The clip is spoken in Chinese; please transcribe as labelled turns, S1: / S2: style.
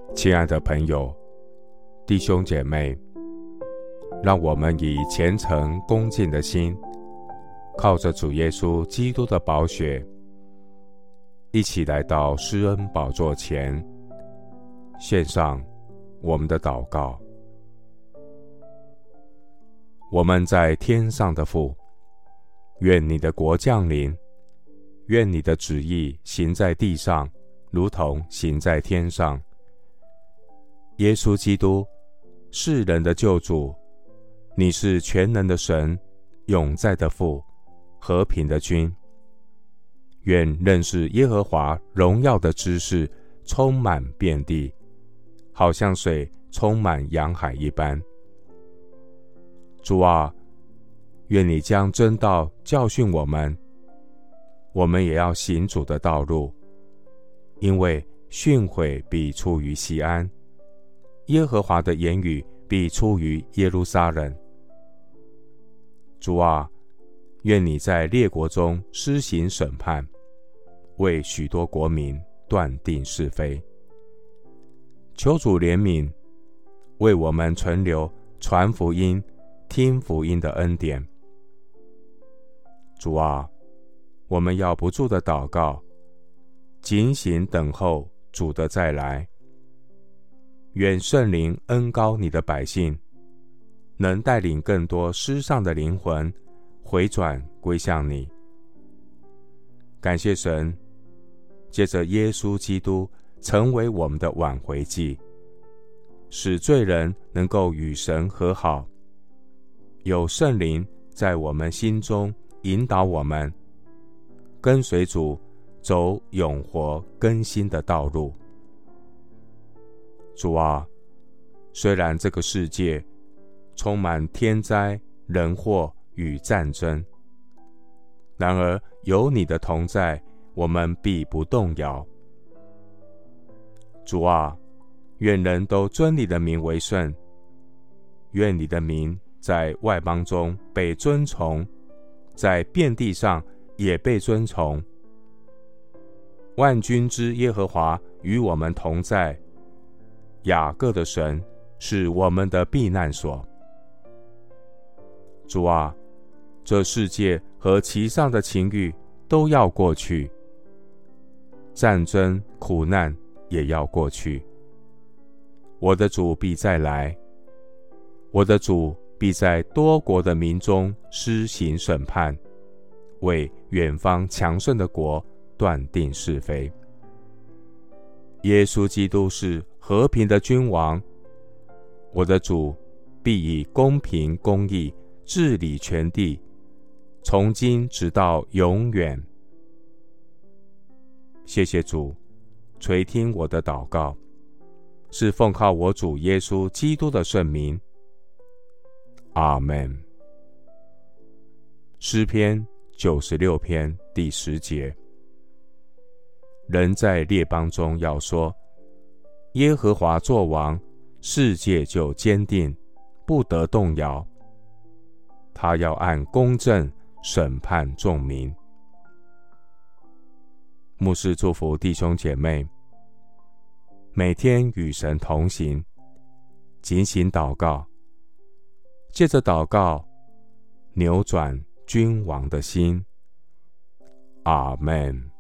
S1: 亲爱的朋友、弟兄姐妹，让我们以虔诚恭敬的心，靠着主耶稣基督的宝血，一起来到施恩宝座前，献上我们的祷告。我们在天上的父，愿你的国降临，愿你的旨意行在地上，如同行在天上。耶稣基督，世人的救主，你是全能的神，永在的父，和平的君。愿认识耶和华荣耀的知识充满遍地，好像水充满洋海一般。主啊，愿你将真道教训我们，我们也要行主的道路，因为训诲必出于锡安，耶和华的言语必出于耶路撒冷。主啊，愿你在列国中施行审判，为许多国民断定是非。求主怜悯，为我们存留传福音、听福音的恩典。主啊，我们要不住的祷告，警醒等候主的再来。愿圣灵恩膏你的百姓，能带领更多失丧的灵魂回转归向你。感谢神，借着耶稣基督成为我们的挽回祭，使罪人能够与神和好。有圣灵在我们心中引导我们，跟随主走永活更新的道路。主啊，虽然这个世界充满天灾、人祸与战争，然而有你的同在，我们必不动摇。主啊，愿人都尊你的名为圣，愿你的名在外邦中被尊崇，在遍地上也被尊崇。万军之耶和华与我们同在，雅各的神是我们的避难所。主啊，这世界和其上的情欲都要过去，战争苦难也要过去。我的主必再来，我的主必在多国的民中施行审判，为远方强盛的国断定是非。耶稣基督是和平的君王，我的主必以公平公义治理全地，从今直到永远。谢谢主垂听我的祷告，是奉靠我主耶稣基督的圣名。阿们。诗篇96篇第10节，人在列邦中要说，耶和华作王，世界就坚定，不得动摇。他要按公正审判众民。牧师祝福弟兄姐妹，每天与神同行，警醒祷告，借着祷告扭转君王的心。阿们。